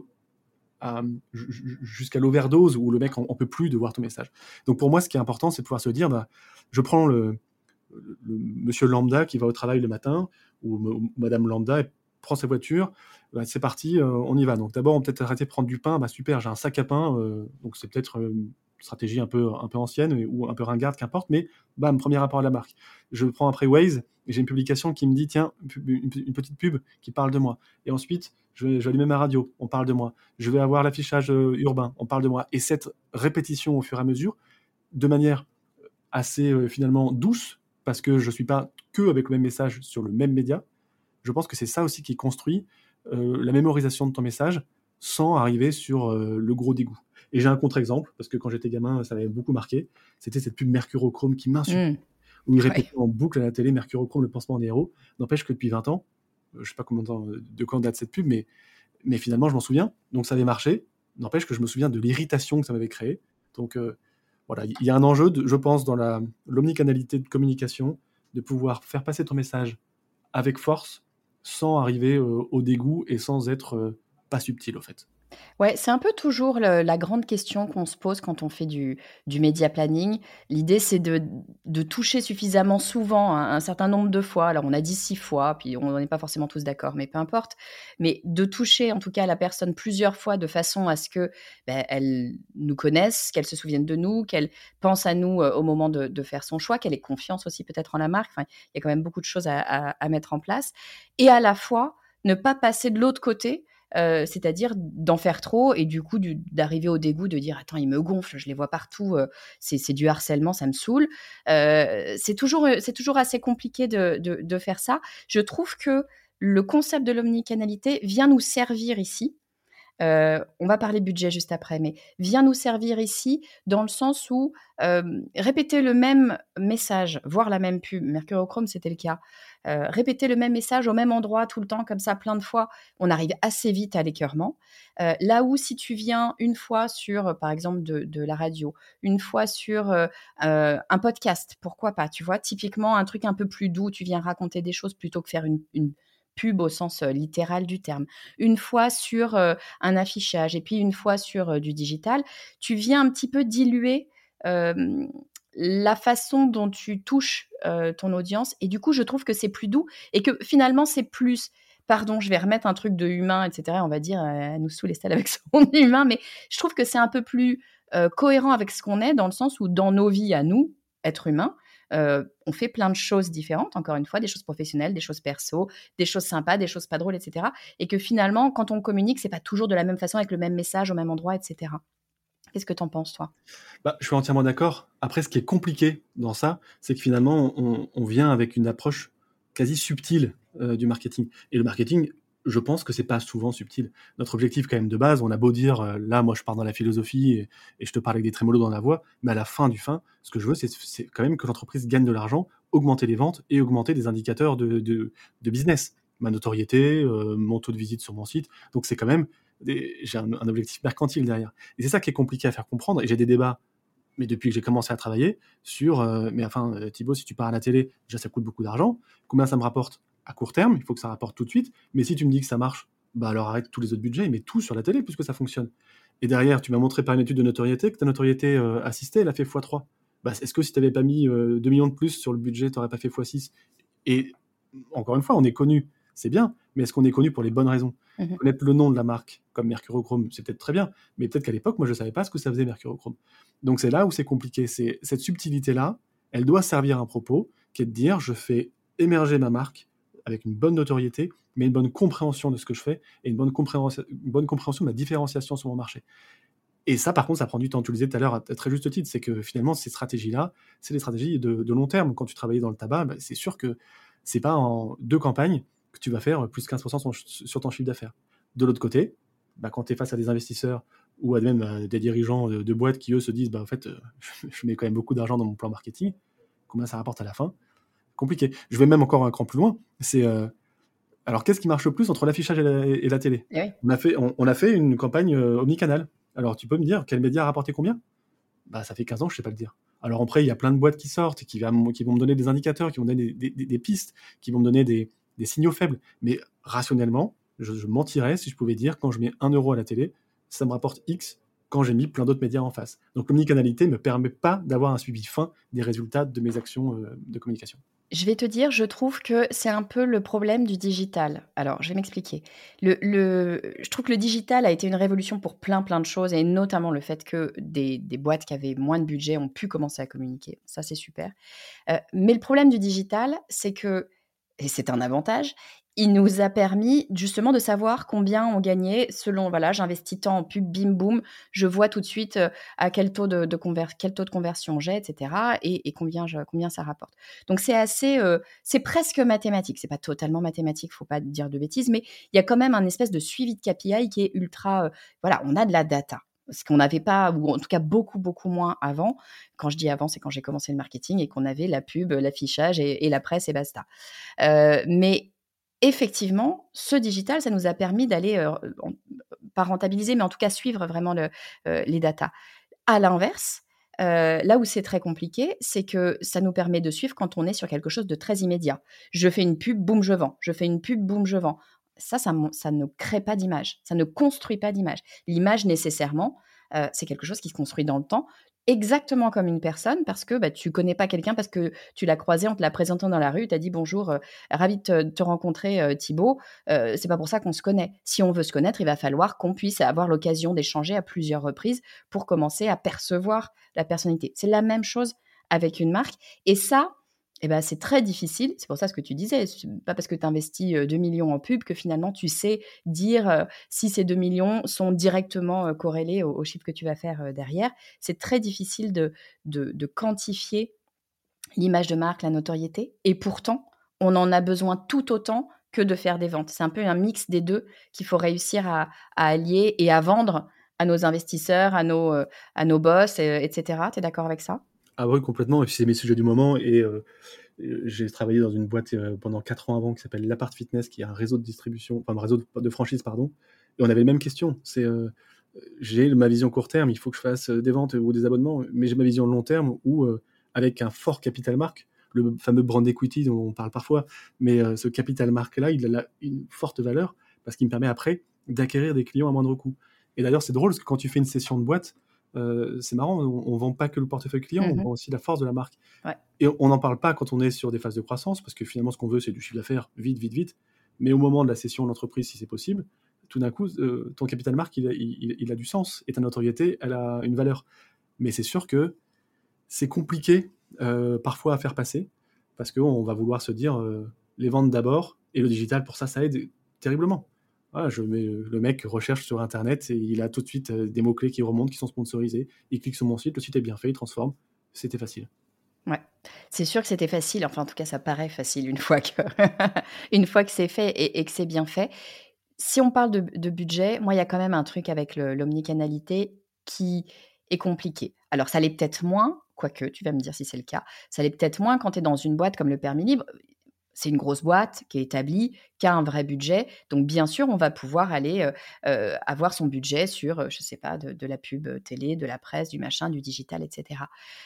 à jusqu'à l'overdose où le mec en, en peut plus de voir ton message. Donc pour moi, ce qui est important, c'est de pouvoir se dire, bah, je prends le, le, le monsieur lambda qui va au travail le matin, ou, ou madame lambda, et prend sa voiture, bah, c'est parti, euh, on y va. Donc d'abord, on peut peut-être arrêter de prendre du pain, bah super, j'ai un sac à pain, euh, donc c'est peut-être une stratégie un peu, un peu ancienne ou un peu ringarde, qu'importe, mais bam, premier rapport à la marque. Je prends après Waze, et j'ai une publication qui me dit, tiens, une, une petite pub qui parle de moi. Et ensuite, je vais, je vais allumer ma radio, on parle de moi. Je vais avoir l'affichage euh, urbain, on parle de moi. Et cette répétition au fur et à mesure, de manière assez euh, finalement douce, parce que je ne suis pas que avec le même message sur le même média, je pense que c'est ça aussi qui construit euh, la mémorisation de ton message sans arriver sur euh, le gros dégoût. Et j'ai un contre-exemple, parce que quand j'étais gamin, ça m'avait beaucoup marqué, c'était cette pub Mercurochrome qui m'insultait, mmh. où il répétait ouais. en boucle à la télé Mercurochrome, le pansement des héros. N'empêche que depuis vingt ans, euh, je ne sais pas combien de, temps, de quand date cette pub, mais, mais finalement je m'en souviens, donc ça avait marché. N'empêche que je me souviens de l'irritation que ça m'avait créé. Donc euh, voilà, il y a un enjeu, de, je pense, dans la, l'omnicanalité de communication, de pouvoir faire passer ton message avec force, sans arriver euh, au dégoût et sans être euh, pas subtil, au fait. Ouais, c'est un peu toujours le, la grande question qu'on se pose quand on fait du, du media planning. L'idée, c'est de, de toucher suffisamment souvent, un, un certain nombre de fois. Alors, on a dit six fois, puis on n'est pas forcément tous d'accord, mais peu importe. Mais de toucher, en tout cas, la personne plusieurs fois de façon à ce que ben, elle nous connaisse, qu'elle se souvienne de nous, qu'elle pense à nous euh, au moment de, de faire son choix, qu'elle ait confiance aussi peut-être en la marque. Enfin, il y a quand même beaucoup de choses à, à, à mettre en place. Et à la fois, ne pas passer de l'autre côté. Euh, c'est-à-dire d'en faire trop et du coup du, d'arriver au dégoût, de dire attends, il me gonfle, je les vois partout, euh, c'est, c'est du harcèlement, ça me saoule. Euh, c'est, toujours, c'est toujours assez compliqué de, de, de faire ça. Je trouve que le concept de l'omnicanalité vient nous servir ici. Euh, on va parler budget juste après, mais vient nous servir ici dans le sens où euh, répéter le même message, voire la même pub, Mercurochrome c'était le cas, euh, répéter le même message au même endroit tout le temps, comme ça plein de fois, on arrive assez vite à l'écœurement. Euh, là où si tu viens une fois sur, par exemple, de, de la radio, une fois sur euh, euh, un podcast, pourquoi pas, tu vois, typiquement un truc un peu plus doux, tu viens raconter des choses plutôt que faire une, une pub au sens euh, littéral du terme. Une fois sur euh, un affichage et puis une fois sur euh, du digital, tu viens un petit peu diluer euh, la façon dont tu touches euh, ton audience et du coup, je trouve que c'est plus doux et que finalement, c'est plus... Pardon, je vais remettre un truc de humain, et cetera. On va dire, elle euh, nous saoule Estelle avec son humain, mais je trouve que c'est un peu plus euh, cohérent avec ce qu'on est, dans le sens où dans nos vies à nous, êtres humains, euh, on fait plein de choses différentes, encore une fois, des choses professionnelles, des choses perso, des choses sympas, des choses pas drôles, et cetera. Et que finalement, quand on communique, c'est pas toujours de la même façon, avec le même message, au même endroit, et cetera. Qu'est-ce que t'en penses, toi ? Bah, je suis entièrement d'accord. Après, ce qui est compliqué dans ça, c'est que finalement, on, on vient avec une approche quasi subtile euh, du marketing. Et le marketing, je pense que c'est pas souvent subtil. Notre objectif, quand même, de base, on a beau dire, euh, là, moi, je pars dans la philosophie et, et je te parle avec des trémolos dans la voix, mais à la fin du fin, ce que je veux, c'est, c'est quand même que l'entreprise gagne de l'argent, augmenter les ventes et augmenter des indicateurs de, de, de business. Ma notoriété, euh, mon taux de visite sur mon site. Donc, c'est quand même, des, j'ai un, un objectif mercantile derrière. Et c'est ça qui est compliqué à faire comprendre. Et j'ai des débats, mais depuis que j'ai commencé à travailler, sur, euh, mais enfin, euh, Thibaut, si tu pars à la télé, déjà, ça coûte beaucoup d'argent. Combien ça me rapporte ? À court terme, il faut que ça rapporte tout de suite, mais si tu me dis que ça marche, bah alors arrête tous les autres budgets et mets tout sur la télé puisque ça fonctionne. Et derrière, tu m'as montré par une étude de notoriété que ta notoriété euh, assistée, elle a fait fois trois. Bah, est-ce que si tu n'avais pas mis euh, deux millions de plus sur le budget, tu n'aurais pas fait fois six ? Et encore une fois, on est connu, c'est bien, mais est-ce qu'on est connu pour les bonnes raisons ? Mmh. Connaître le nom de la marque, comme Mercurochrome, c'est peut-être très bien, mais peut-être qu'à l'époque, moi, je ne savais pas ce que ça faisait Mercurochrome. Donc c'est là où c'est compliqué. C'est, cette subtilité-là, elle doit servir à un propos, qui est de dire, je fais émerger ma marque avec une bonne notoriété, mais une bonne compréhension de ce que je fais et une bonne compréhension, une bonne compréhension de ma différenciation sur mon marché. Et ça, par contre, ça prend du temps. Tu le disais tout à l'heure à très juste titre, c'est que finalement, ces stratégies-là, c'est des stratégies de, de long terme. Quand tu travaillais dans le tabac, bah, c'est sûr que c'est pas en deux campagnes que tu vas faire plus quinze pour cent sur ton chiffre d'affaires. De l'autre côté, bah, quand tu es face à des investisseurs ou à même à des dirigeants de, de boîtes qui, eux, se disent, bah, en fait, euh, je mets quand même beaucoup d'argent dans mon plan marketing, combien ça rapporte à la fin ? Compliqué. Je vais même encore un cran plus loin. C'est euh, alors qu'est-ce qui marche le plus entre l'affichage et la, et la télé ? Et oui. On a fait, on, on a fait une campagne euh, omnicanal. Alors tu peux me dire quel média a rapporté combien ? Bah ça fait quinze ans, je sais pas le dire. Alors après, il y a plein de boîtes qui sortent, qui, va, qui vont me donner des indicateurs, qui vont me donner des, des, des pistes, qui vont me donner des, des signaux faibles. Mais rationnellement, je, je mentirais si je pouvais dire quand je mets un euro à la télé, ça me rapporte X quand j'ai mis plein d'autres médias en face. Donc l'omnicanalité ne me permet pas d'avoir un suivi fin des résultats de mes actions euh, de communication. Je vais te dire, je trouve que c'est un peu le problème du digital. Alors, je vais m'expliquer. Le, le, je trouve que le digital a été une révolution pour plein, plein de choses, et notamment le fait que des, des boîtes qui avaient moins de budget ont pu commencer à communiquer. Ça, c'est super. Euh, mais le problème du digital, c'est que, et c'est un avantage, il nous a permis justement de savoir combien on gagnait selon, voilà, j'investis tant en pub, bim, boum, je vois tout de suite euh, à quel taux de, de, conver- quel taux de conversion j'ai, et cetera, et, et combien, je, combien ça rapporte. Donc, c'est assez, euh, c'est presque mathématique. C'est pas totalement mathématique, faut pas dire de bêtises, mais il y a quand même un espèce de suivi de K P I qui est ultra, euh, voilà, on a de la data. Ce qu'on n'avait pas, ou en tout cas beaucoup, beaucoup moins avant. Quand je dis avant, c'est quand j'ai commencé le marketing et qu'on avait la pub, l'affichage et, et la presse et basta. Euh, mais effectivement, ce digital, ça nous a permis d'aller, euh, pas rentabiliser, mais en tout cas suivre vraiment le, euh, les datas. À l'inverse, euh, là où c'est très compliqué, c'est que ça nous permet de suivre quand on est sur quelque chose de très immédiat. Je fais une pub, boum, je vends. Je fais une pub, boum, je vends. Ça, ça, ça ne crée pas d'image. Ça ne construit pas d'image. L'image, nécessairement, euh, c'est quelque chose qui se construit dans le temps, exactement comme une personne, parce que bah, tu ne connais pas quelqu'un, parce que tu l'as croisé en te la présentant dans la rue, tu as dit bonjour, euh, ravi de te, te rencontrer euh, Thibaut, euh, c'est pas pour ça qu'on se connaît. Si on veut se connaître, il va falloir qu'on puisse avoir l'occasion d'échanger à plusieurs reprises pour commencer à percevoir la personnalité. C'est la même chose avec une marque, et ça, eh ben, c'est très difficile. C'est pour ça ce que tu disais, c'est pas parce que tu investis deux millions en pub que finalement tu sais dire euh, si ces deux millions sont directement euh, corrélés au, au chiffre que tu vas faire euh, derrière. C'est très difficile de, de, de quantifier l'image de marque, la notoriété, et pourtant, on en a besoin tout autant que de faire des ventes. C'est un peu un mix des deux qu'il faut réussir à, à allier et à vendre à nos investisseurs, à nos, euh, à nos boss, euh, et cetera. Tu es d'accord avec ça? Ah oui, complètement. Et puis c'est mes sujets du moment. Et euh, j'ai travaillé dans une boîte euh, pendant quatre ans avant qui s'appelle l'Apart Fitness, qui est un réseau de distribution, enfin un réseau de, de franchise, pardon. Et on avait les mêmes questions. C'est euh, j'ai ma vision court terme, il faut que je fasse des ventes ou des abonnements, mais j'ai ma vision long terme où, euh, avec un fort capital marque, le fameux brand equity dont on parle parfois, mais euh, ce capital marque-là, il a une forte valeur parce qu'il me permet après d'acquérir des clients à moindre coût. Et d'ailleurs, c'est drôle parce que quand tu fais une session de boîte, euh, c'est marrant, on ne vend pas que le portefeuille client, mm-hmm. on vend aussi la force de la marque. Ouais. Et on n'en parle pas quand on est sur des phases de croissance, parce que finalement, ce qu'on veut, c'est du chiffre d'affaires vite, vite, vite. Mais au moment de la cession de l'entreprise, si c'est possible, tout d'un coup, euh, ton capital marque, il a, il, il a du sens, et ta notoriété, elle a une valeur. Mais c'est sûr que c'est compliqué euh, parfois à faire passer, parce qu'on va vouloir se dire euh, les ventes d'abord, et le digital, pour ça, ça aide terriblement. Voilà, je mets, le mec recherche sur Internet, et il a tout de suite euh, des mots-clés qui remontent, qui sont sponsorisés, il clique sur mon site, le site est bien fait, il transforme, c'était facile. Ouais, c'est sûr que c'était facile, enfin en tout cas ça paraît facile une fois que, une fois que c'est fait et, et que c'est bien fait. Si on parle de, de budget, moi il y a quand même un truc avec le, l'omnicanalité qui est compliqué. Alors ça l'est peut-être moins, quoique tu vas me dire si c'est le cas, ça l'est peut-être moins quand tu es dans une boîte comme le Permis Libre. C'est une grosse boîte qui est établie, qui a un vrai budget. Donc, bien sûr, on va pouvoir aller euh, euh, avoir son budget sur, euh, je ne sais pas, de, de la pub télé, de la presse, du machin, du digital, et cetera.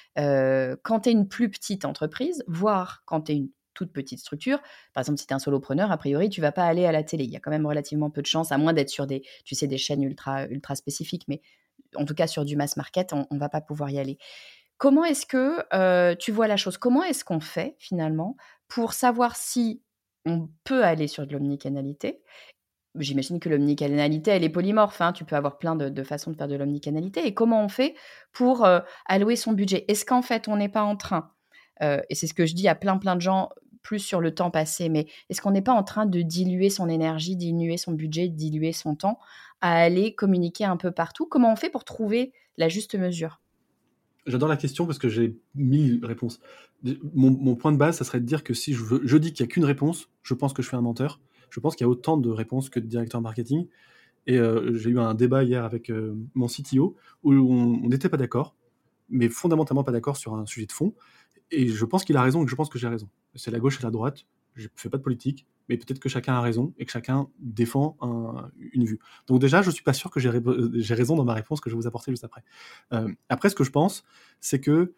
Euh, quand tu es une plus petite entreprise, voire quand tu es une toute petite structure, par exemple, si tu es un solopreneur, a priori, tu ne vas pas aller à la télé. Il y a quand même relativement peu de chances, à moins d'être sur des, tu sais, des chaînes ultra, ultra spécifiques. Mais en tout cas, sur du mass market, on ne va pas pouvoir y aller. Comment est-ce que euh, tu vois la chose? Comment est-ce qu'on fait finalement pour savoir si on peut aller sur de l'omnicanalité? J'imagine que l'omnicanalité, elle est polymorphe, hein, tu peux avoir plein de, de façons de faire de l'omnicanalité. Et comment on fait pour euh, allouer son budget? Est-ce qu'en fait, on n'est pas en train, euh, et c'est ce que je dis à plein plein de gens, plus sur le temps passé, mais est-ce qu'on n'est pas en train de diluer son énergie, diluer son budget, diluer son temps à aller communiquer un peu partout? Comment on fait pour trouver la juste mesure? J'adore la question parce que j'ai mille réponses. Mon, mon point de base, ça serait de dire que si je, veux, je dis qu'il n'y a qu'une réponse, je pense que je fais un menteur. Je pense qu'il y a autant de réponses que de directeurs marketing. Et euh, j'ai eu un débat hier avec euh, mon C T O où on n'était pas d'accord, mais fondamentalement pas d'accord sur un sujet de fond. Et je pense qu'il a raison et que je pense que j'ai raison. C'est la gauche et la droite. Je ne fais pas de politique, mais peut-être que chacun a raison et que chacun défend un, une vue. Donc déjà, je ne suis pas sûr que j'ai, j'ai raison dans ma réponse que je vais vous apporter juste après. Euh, après, ce que je pense, c'est que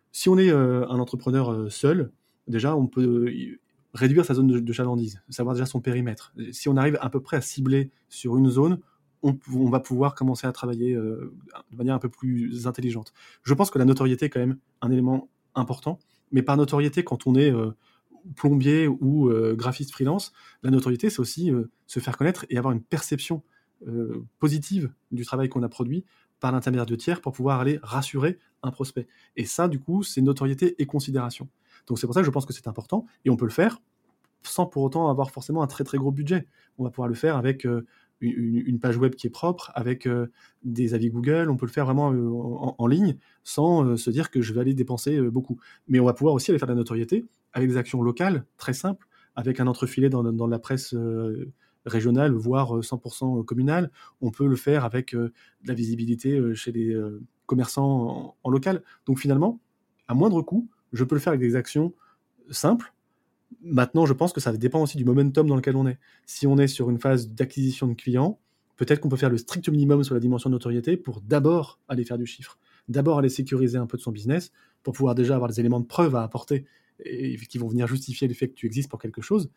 Si on est euh, un entrepreneur euh, seul, déjà, on peut euh, réduire sa zone de, de chalandise, savoir déjà son périmètre. Si on arrive à peu près à cibler sur une zone, on, on va pouvoir commencer à travailler euh, de manière un peu plus intelligente. Je pense que la notoriété est quand même un élément important, mais par notoriété, quand on est euh, plombier ou euh, graphiste freelance, la notoriété, c'est aussi euh, se faire connaître et avoir une perception euh, positive du travail qu'on a produit par l'intermédiaire de tiers pour pouvoir aller rassurer un prospect. Et ça, du coup, c'est notoriété et considération. Donc c'est pour ça que je pense que c'est important, et on peut le faire sans pour autant avoir forcément un très très gros budget. On va pouvoir le faire avec euh, une, une page web qui est propre, avec euh, des avis Google, on peut le faire vraiment euh, en, en ligne, sans euh, se dire que je vais aller dépenser euh, beaucoup. Mais on va pouvoir aussi aller faire de la notoriété avec des actions locales, très simples, avec un entrefilet dans, dans la presse euh, régionale, voire cent pour cent communale. On peut le faire avec euh, de la visibilité euh, chez les euh, commerçants en, en local. Donc finalement, à moindre coût, je peux le faire avec des actions simples. Maintenant, je pense que ça dépend aussi du momentum dans lequel on est. Si on est sur une phase d'acquisition de clients, peut-être qu'on peut faire le strict minimum sur la dimension de notoriété pour d'abord aller faire du chiffre, d'abord aller sécuriser un peu de son business, pour pouvoir déjà avoir des éléments de preuve à apporter et qui vont venir justifier le fait que tu existes pour quelque chose.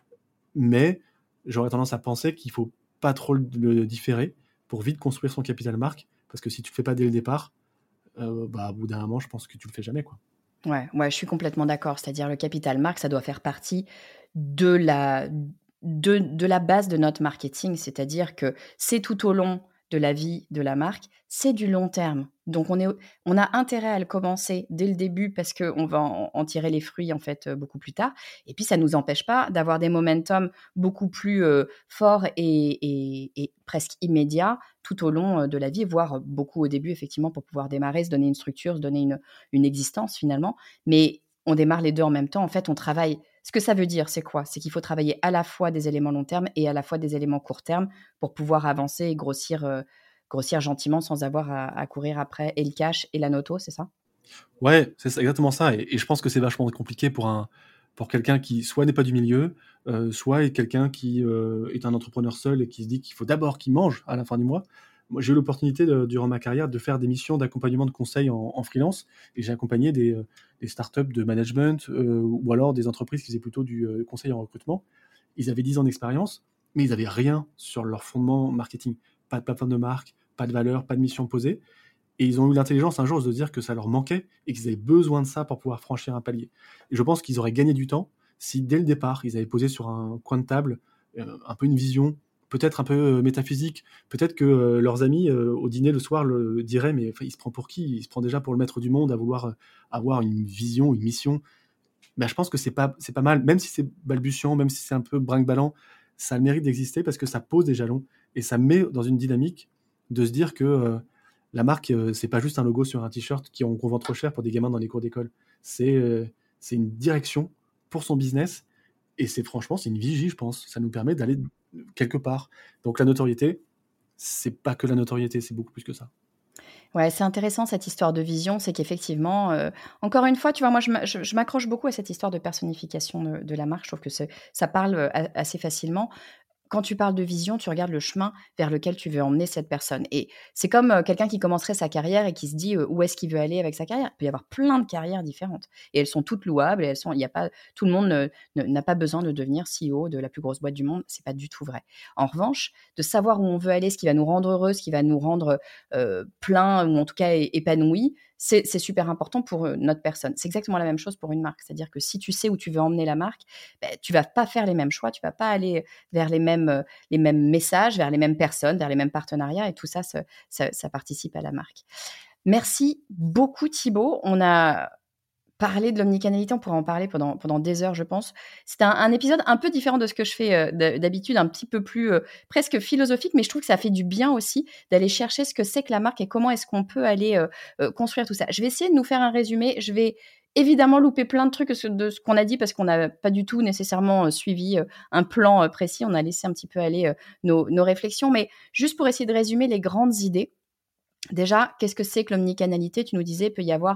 Mais j'aurais tendance à penser qu'il ne faut pas trop le différer pour vite construire son capital marque, parce que si tu ne le fais pas dès le départ, euh, bah, au bout d'un moment, je pense que tu ne le fais jamais, quoi. Ouais, ouais, je suis complètement d'accord. C'est-à-dire le capital marque, ça doit faire partie de la, de, de la base de notre marketing. C'est-à-dire que c'est tout au long de la vie de la marque, c'est du long terme. Donc on, est, on a intérêt à le commencer dès le début parce qu'on va en, en tirer les fruits en fait beaucoup plus tard. Et puis ça ne nous empêche pas d'avoir des momentum beaucoup plus euh, forts et, et, et presque immédiats tout au long de la vie, voire beaucoup au début effectivement pour pouvoir démarrer, se donner une structure, se donner une, une existence finalement. Mais on démarre les deux en même temps. En fait, on travaille. Ce que ça veut dire, c'est quoi? C'est qu'il faut travailler à la fois des éléments long terme et à la fois des éléments court terme pour pouvoir avancer et grossir, euh, grossir gentiment sans avoir à, à courir après et le cash et la noto, c'est ça? Ouais, c'est exactement ça. Et, et je pense que c'est vachement compliqué pour, un, pour quelqu'un qui soit n'est pas du milieu, euh, soit est quelqu'un qui euh, est un entrepreneur seul et qui se dit qu'il faut d'abord qu'il mange à la fin du mois. Moi, j'ai eu l'opportunité de, durant ma carrière de faire des missions d'accompagnement de conseil en, en freelance, et j'ai accompagné des, euh, des startups de management euh, ou alors des entreprises qui faisaient plutôt du euh, conseil en recrutement. Ils avaient dix ans d'expérience, mais ils n'avaient rien sur leur fondement marketing. Pas de plateforme de marque, pas de valeur, pas de mission posée. Et ils ont eu l'intelligence un jour de se dire que ça leur manquait et qu'ils avaient besoin de ça pour pouvoir franchir un palier. Et je pense qu'ils auraient gagné du temps si, dès le départ, ils avaient posé sur un coin de table euh, un peu une vision, peut-être un peu euh, métaphysique. Peut-être que euh, leurs amis, euh, au dîner le soir, le diraient « mais enfin, il se prend pour qui? Il se prend déjà pour le maître du monde à vouloir euh, avoir une vision, une mission. » Ben, je pense que c'est pas, c'est pas mal, même si c'est balbutiant, même si c'est un peu brinque-ballant, ça a le mérite d'exister parce que ça pose des jalons et ça met dans une dynamique de se dire que euh, la marque, euh, c'est pas juste un logo sur un t-shirt qui qu'on vend trop cher pour des gamins dans les cours d'école. C'est euh, c'est une direction pour son business et c'est franchement, c'est une vigie, je pense. Ça nous permet d'aller quelque part. Donc la notoriété, c'est pas que la notoriété, c'est beaucoup plus que ça. Ouais, c'est intéressant cette histoire de vision, c'est qu'effectivement, heu, encore une fois, tu vois, moi je m'a je je m'accroche beaucoup à cette histoire de personnification de de la marque. Je trouve que c'est ça parle, heu, a assez facilement. Quand tu parles de vision, tu regardes le chemin vers lequel tu veux emmener cette personne et c'est comme, heu, quelqu'un qui commencerait sa carrière et qui se dit, heu, où est-ce qu'il veut aller avec sa carrière? Il peut y avoir plein de carrières différentes et elles sont toutes louables et elles sont il y a pas tout le monde ne ne n'a pas besoin de devenir C E O de la plus grosse boîte du monde, c'est pas du tout vrai. En revanche, de savoir où on veut aller, ce qui va nous rendre heureux, ce qui va nous rendre, heu, plein ou en tout cas é épanouis, c'est c'est super important pour, heu, notre personne. C'est exactement la même chose pour une marque. C'est-à-dire que si tu sais où tu veux emmener la marque, beh, tu vas pas faire les mêmes choix, tu vas pas aller vers les mêmes, heu, les mêmes messages, vers les mêmes personnes, vers les mêmes partenariats et tout ça, ça ça ça participe à la marque. Merci beaucoup Thibaut. On a parlé de l'omnicanalité, on pourrait en parler pendant pendant des heures, je pense. C'était un un épisode un peu différent de ce que je fais, heu, d d'habitude, un petit peu plus, heu, presque philosophique, mais je trouve que ça fait du bien aussi d'aller chercher ce que c'est que la marque et comment est-ce qu'on peut aller, heu heu, construire tout ça. Je vais essayer de nous faire un résumé. Je vais évidemment louper plein de trucs de ce de ce qu'on a dit parce qu'on n'a pas du tout nécessairement, heu, suivi, heu, un plan, heu, précis. On a laissé un petit peu aller, heu, nos nos réflexions, mais juste pour essayer de résumer les grandes idées. Déjà, qu'est-ce que c'est que l'omnicanalité? Tu nous disais, il peut y avoir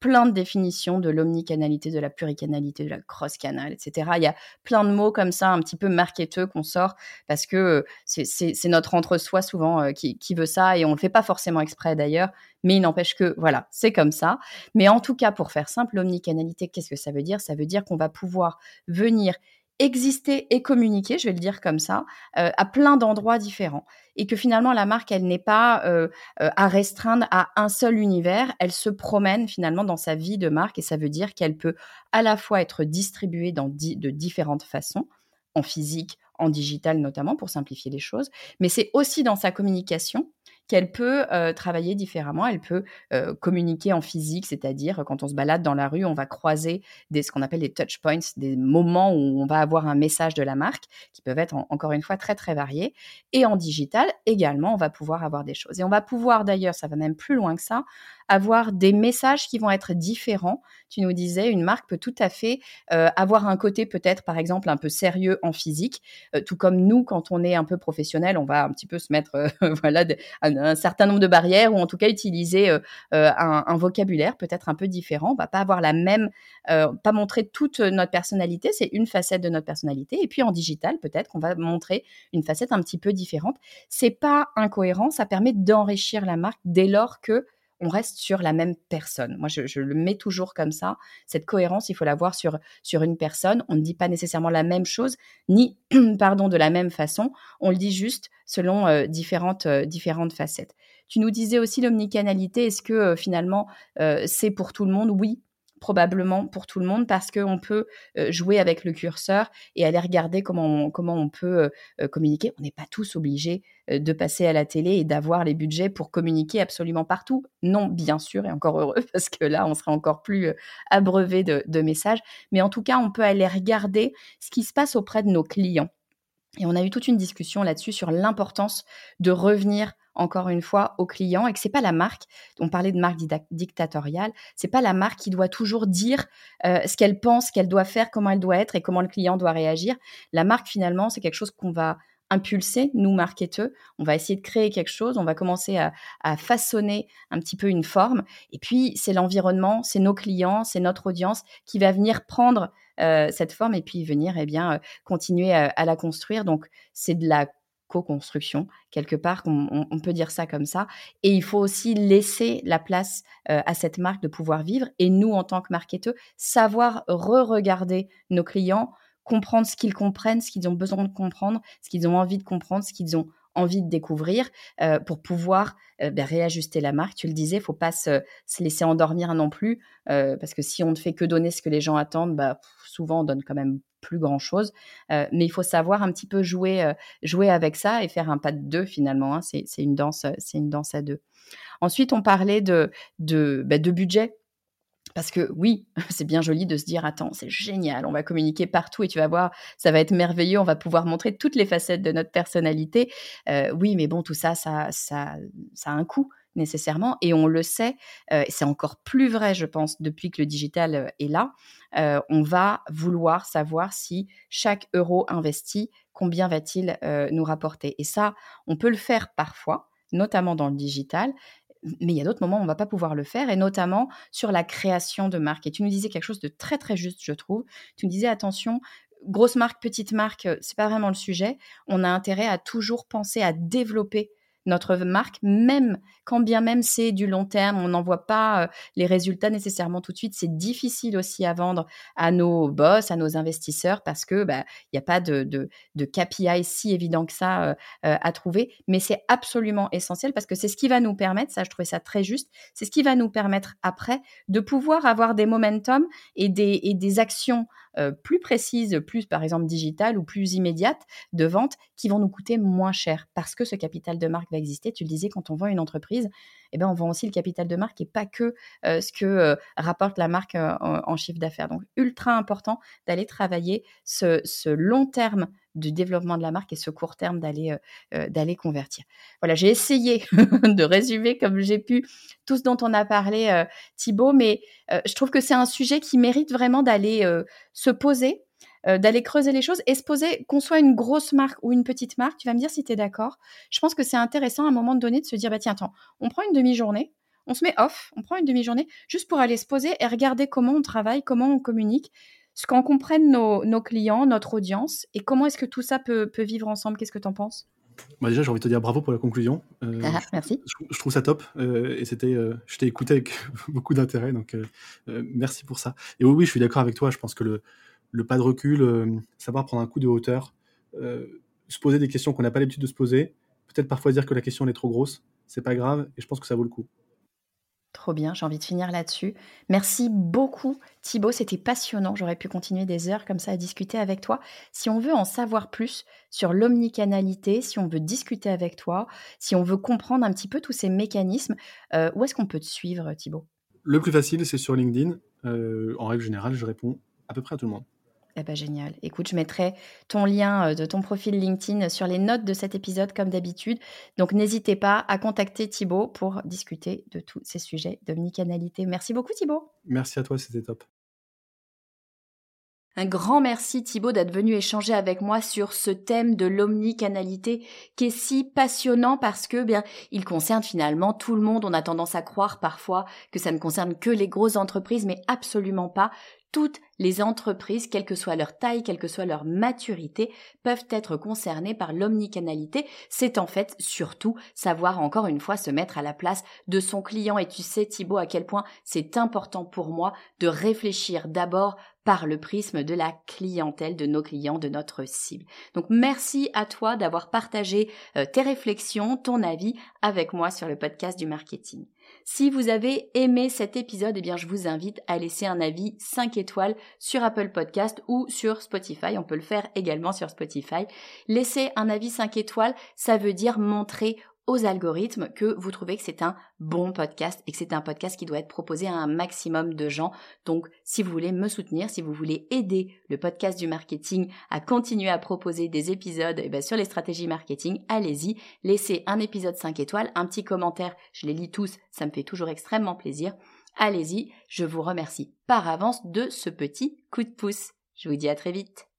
plein de définitions de l'omnicanalité, de la pluricanalité, de la cross-canal, et cetera. Il y a plein de mots comme ça, un petit peu marketeux qu'on sort parce que euh, c'est, c'est, c'est notre entre-soi souvent euh, qui, qui veut ça et on le fait pas forcément exprès d'ailleurs, mais il n'empêche que, voilà, c'est comme ça. Mais en tout cas, pour faire simple, l'omnicanalité, qu'est-ce que ça veut dire ? Ça veut dire qu'on va pouvoir venir exister et communiquer, je vais le dire comme ça, euh, à plein d'endroits différents. Et que finalement, la marque, elle n'est pas euh, euh, à restreindre à un seul univers. Elle se promène finalement dans sa vie de marque et ça veut dire qu'elle peut à la fois être distribuée dans di- de différentes façons, en physique, en digital notamment, pour simplifier les choses. Mais c'est aussi dans sa communication qu'elle peut euh, travailler différemment. Elle peut euh, communiquer en physique, c'est-à-dire quand on se balade dans la rue, on va croiser des, ce qu'on appelle des touch points, des moments où on va avoir un message de la marque, qui peuvent être en- encore une fois très très variés. Et en digital également, on va pouvoir avoir des choses. Et on va pouvoir d'ailleurs, ça va même plus loin que ça, avoir des messages qui vont être différents. Tu nous disais, une marque peut tout à fait euh, avoir un côté peut-être, par exemple, un peu sérieux en physique, euh, tout comme nous, quand on est un peu professionnel, on va un petit peu se mettre euh, voilà, de, un, un certain nombre de barrières ou en tout cas utiliser euh, euh, un, un vocabulaire peut-être un peu différent. On va pas avoir la même, euh, pas montrer toute notre personnalité, c'est une facette de notre personnalité. Et puis en digital, peut-être qu'on va montrer une facette un petit peu différente. C'est pas incohérent, ça permet d'enrichir la marque dès lors que on reste sur la même personne. Moi, je, je le mets toujours comme ça. Cette cohérence, il faut l'avoir sur, sur une personne. On ne dit pas nécessairement la même chose, ni pardon, de la même façon. On le dit juste selon euh, différentes, euh, différentes facettes. Tu nous disais aussi l'omnicanalité. Est-ce que euh, finalement, euh, c'est pour tout le monde ? Oui, probablement pour tout le monde parce qu'on peut euh, jouer avec le curseur et aller regarder comment on, comment on peut euh, communiquer. On n'est pas tous obligés euh, de passer à la télé et d'avoir les budgets pour communiquer absolument partout. Non, bien sûr, et encore heureux parce que là, on sera encore plus euh, abreuvé de, de messages. Mais en tout cas, on peut aller regarder ce qui se passe auprès de nos clients. Et on a eu toute une discussion là-dessus sur l'importance de revenir encore une fois aux clients et que c'est pas la marque, on parlait de marque dictatoriale, c'est pas la marque qui doit toujours dire euh, ce qu'elle pense, qu'elle doit faire, comment elle doit être et comment le client doit réagir. La marque finalement, c'est quelque chose qu'on va impulser, nous marketeurs, on va essayer de créer quelque chose, on va commencer à, à façonner un petit peu une forme et puis c'est l'environnement, c'est nos clients, c'est notre audience qui va venir prendre euh, cette forme et puis venir eh bien, euh, continuer à, à la construire. Donc, c'est de la co-construction, quelque part, on, on, on peut dire ça comme ça. Et il faut aussi laisser la place euh, à cette marque de pouvoir vivre. Et nous, en tant que marketeurs, savoir re-regarder nos clients, comprendre ce qu'ils comprennent, ce qu'ils ont besoin de comprendre, ce qu'ils ont envie de comprendre, ce qu'ils ont envie de découvrir euh, pour pouvoir euh, ben, réajuster la marque. Tu le disais, il ne faut pas se, se laisser endormir non plus euh, parce que si on ne fait que donner ce que les gens attendent, bah, souvent on donne quand même plus grand-chose. Euh, mais il faut savoir un petit peu jouer, euh, jouer avec ça et faire un pas de deux finalement. Hein. C'est, c'est, une danse, c'est une danse à deux. Ensuite, on parlait de, de, bah, de budget. Parce que oui, c'est bien joli de se dire « Attends, c'est génial, on va communiquer partout et tu vas voir, ça va être merveilleux, on va pouvoir montrer toutes les facettes de notre personnalité. Euh, » Oui, mais bon, tout ça, ça, ça, ça a un coût nécessairement et on le sait. Euh, c'est encore plus vrai, je pense, depuis que le digital euh, est là. Euh, on va vouloir savoir si chaque euro investi, combien va-t-il euh, nous rapporter. Et ça, on peut le faire parfois, notamment dans le digital. Mais il y a d'autres moments où on ne va pas pouvoir le faire, et notamment sur la création de marque. Et tu nous disais quelque chose de très, très juste, je trouve. Tu nous disais, attention, grosse marque, petite marque, ce n'est pas vraiment le sujet. On a intérêt à toujours penser à développer notre marque, même quand bien même c'est du long terme, on n'en voit pas euh, les résultats nécessairement tout de suite. C'est difficile aussi à vendre à nos boss, à nos investisseurs, parce que bah, il n'y a pas de, de, de K P I si évident que ça euh, euh, à trouver. Mais c'est absolument essentiel parce que c'est ce qui va nous permettre, ça je trouvais ça très juste, c'est ce qui va nous permettre après de pouvoir avoir des momentum et des, et des actions euh, plus précises, plus par exemple digitales ou plus immédiates de vente qui vont nous coûter moins cher parce que ce capital de marque va exister. Tu le disais, quand on vend une entreprise, eh ben, on vend aussi le capital de marque et pas que euh, ce que euh, rapporte la marque euh, en, en chiffre d'affaires. Donc, ultra important d'aller travailler ce, ce long terme du développement de la marque et ce court terme d'aller, euh, euh, d'aller convertir. Voilà, j'ai essayé de résumer comme j'ai pu tout ce dont on a parlé, euh, Thibaut, mais euh, je trouve que c'est un sujet qui mérite vraiment d'aller euh, se poser, euh, d'aller creuser les choses et se poser, qu'on soit une grosse marque ou une petite marque. Tu vas me dire si tu es d'accord. Je pense que c'est intéressant à un moment donné de se dire, bah tiens, attends, on prend une demi-journée, on se met off, on prend une demi-journée juste pour aller se poser et regarder comment on travaille, comment on communique, ce qu'en comprennent nos, nos clients, notre audience, et comment est-ce que tout ça peut, peut vivre ensemble. Qu'est-ce que tu en penses ? Bah déjà, j'ai envie de te dire bravo pour la conclusion. Euh, Ah, je, merci. je, je trouve ça top. Euh, et c'était, euh, je t'ai écouté avec beaucoup d'intérêt, donc euh, euh, merci pour ça. Et oui, oui, je suis d'accord avec toi. Je pense que le, le pas de recul, euh, savoir prendre un coup de hauteur, euh, se poser des questions qu'on n'a pas l'habitude de se poser, peut-être parfois dire que la question elle est trop grosse, c'est pas grave, et je pense que ça vaut le coup. Trop bien, j'ai envie de finir là-dessus. Merci beaucoup Thibaut, c'était passionnant. J'aurais pu continuer des heures comme ça à discuter avec toi. Si on veut en savoir plus sur l'omnicanalité, si on veut discuter avec toi, si on veut comprendre un petit peu tous ces mécanismes, euh, où est-ce qu'on peut te suivre Thibaut ? Le plus facile, c'est sur LinkedIn. Euh, en règle générale, je réponds à peu près à tout le monde. Eh ben génial. Écoute, je mettrai ton lien euh, de ton profil LinkedIn sur les notes de cet épisode comme d'habitude. Donc n'hésitez pas à contacter Thibaut pour discuter de tous ces sujets d'omnicanalité. Merci beaucoup Thibaut. Merci à toi, c'était top. Un grand merci Thibaut d'être venu échanger avec moi sur ce thème de l'omnicanalité qui est si passionnant parce que bien il concerne finalement tout le monde. On a tendance à croire parfois que ça ne concerne que les grosses entreprises, mais absolument pas. Toutes les entreprises, quelle que soit leur taille, quelle que soit leur maturité, peuvent être concernées par l'omnicanalité. C'est en fait surtout savoir encore une fois se mettre à la place de son client. Et tu sais Thibaut à quel point c'est important pour moi de réfléchir d'abord par le prisme de la clientèle, de nos clients, de notre cible. Donc merci à toi d'avoir partagé euh, tes réflexions, ton avis avec moi sur le podcast du marketing. Si vous avez aimé cet épisode, eh bien je vous invite à laisser un avis cinq étoiles sur Apple Podcast ou sur Spotify. On peut le faire également sur Spotify. Laisser un avis cinq étoiles, ça veut dire montrer aux algorithmes que vous trouvez que c'est un bon podcast et que c'est un podcast qui doit être proposé à un maximum de gens. Donc, si vous voulez me soutenir, si vous voulez aider le podcast du marketing à continuer à proposer des épisodes eh bien, sur les stratégies marketing, allez-y, laissez un épisode cinq étoiles, un petit commentaire, je les lis tous, ça me fait toujours extrêmement plaisir. Allez-y, je vous remercie par avance de ce petit coup de pouce. Je vous dis à très vite.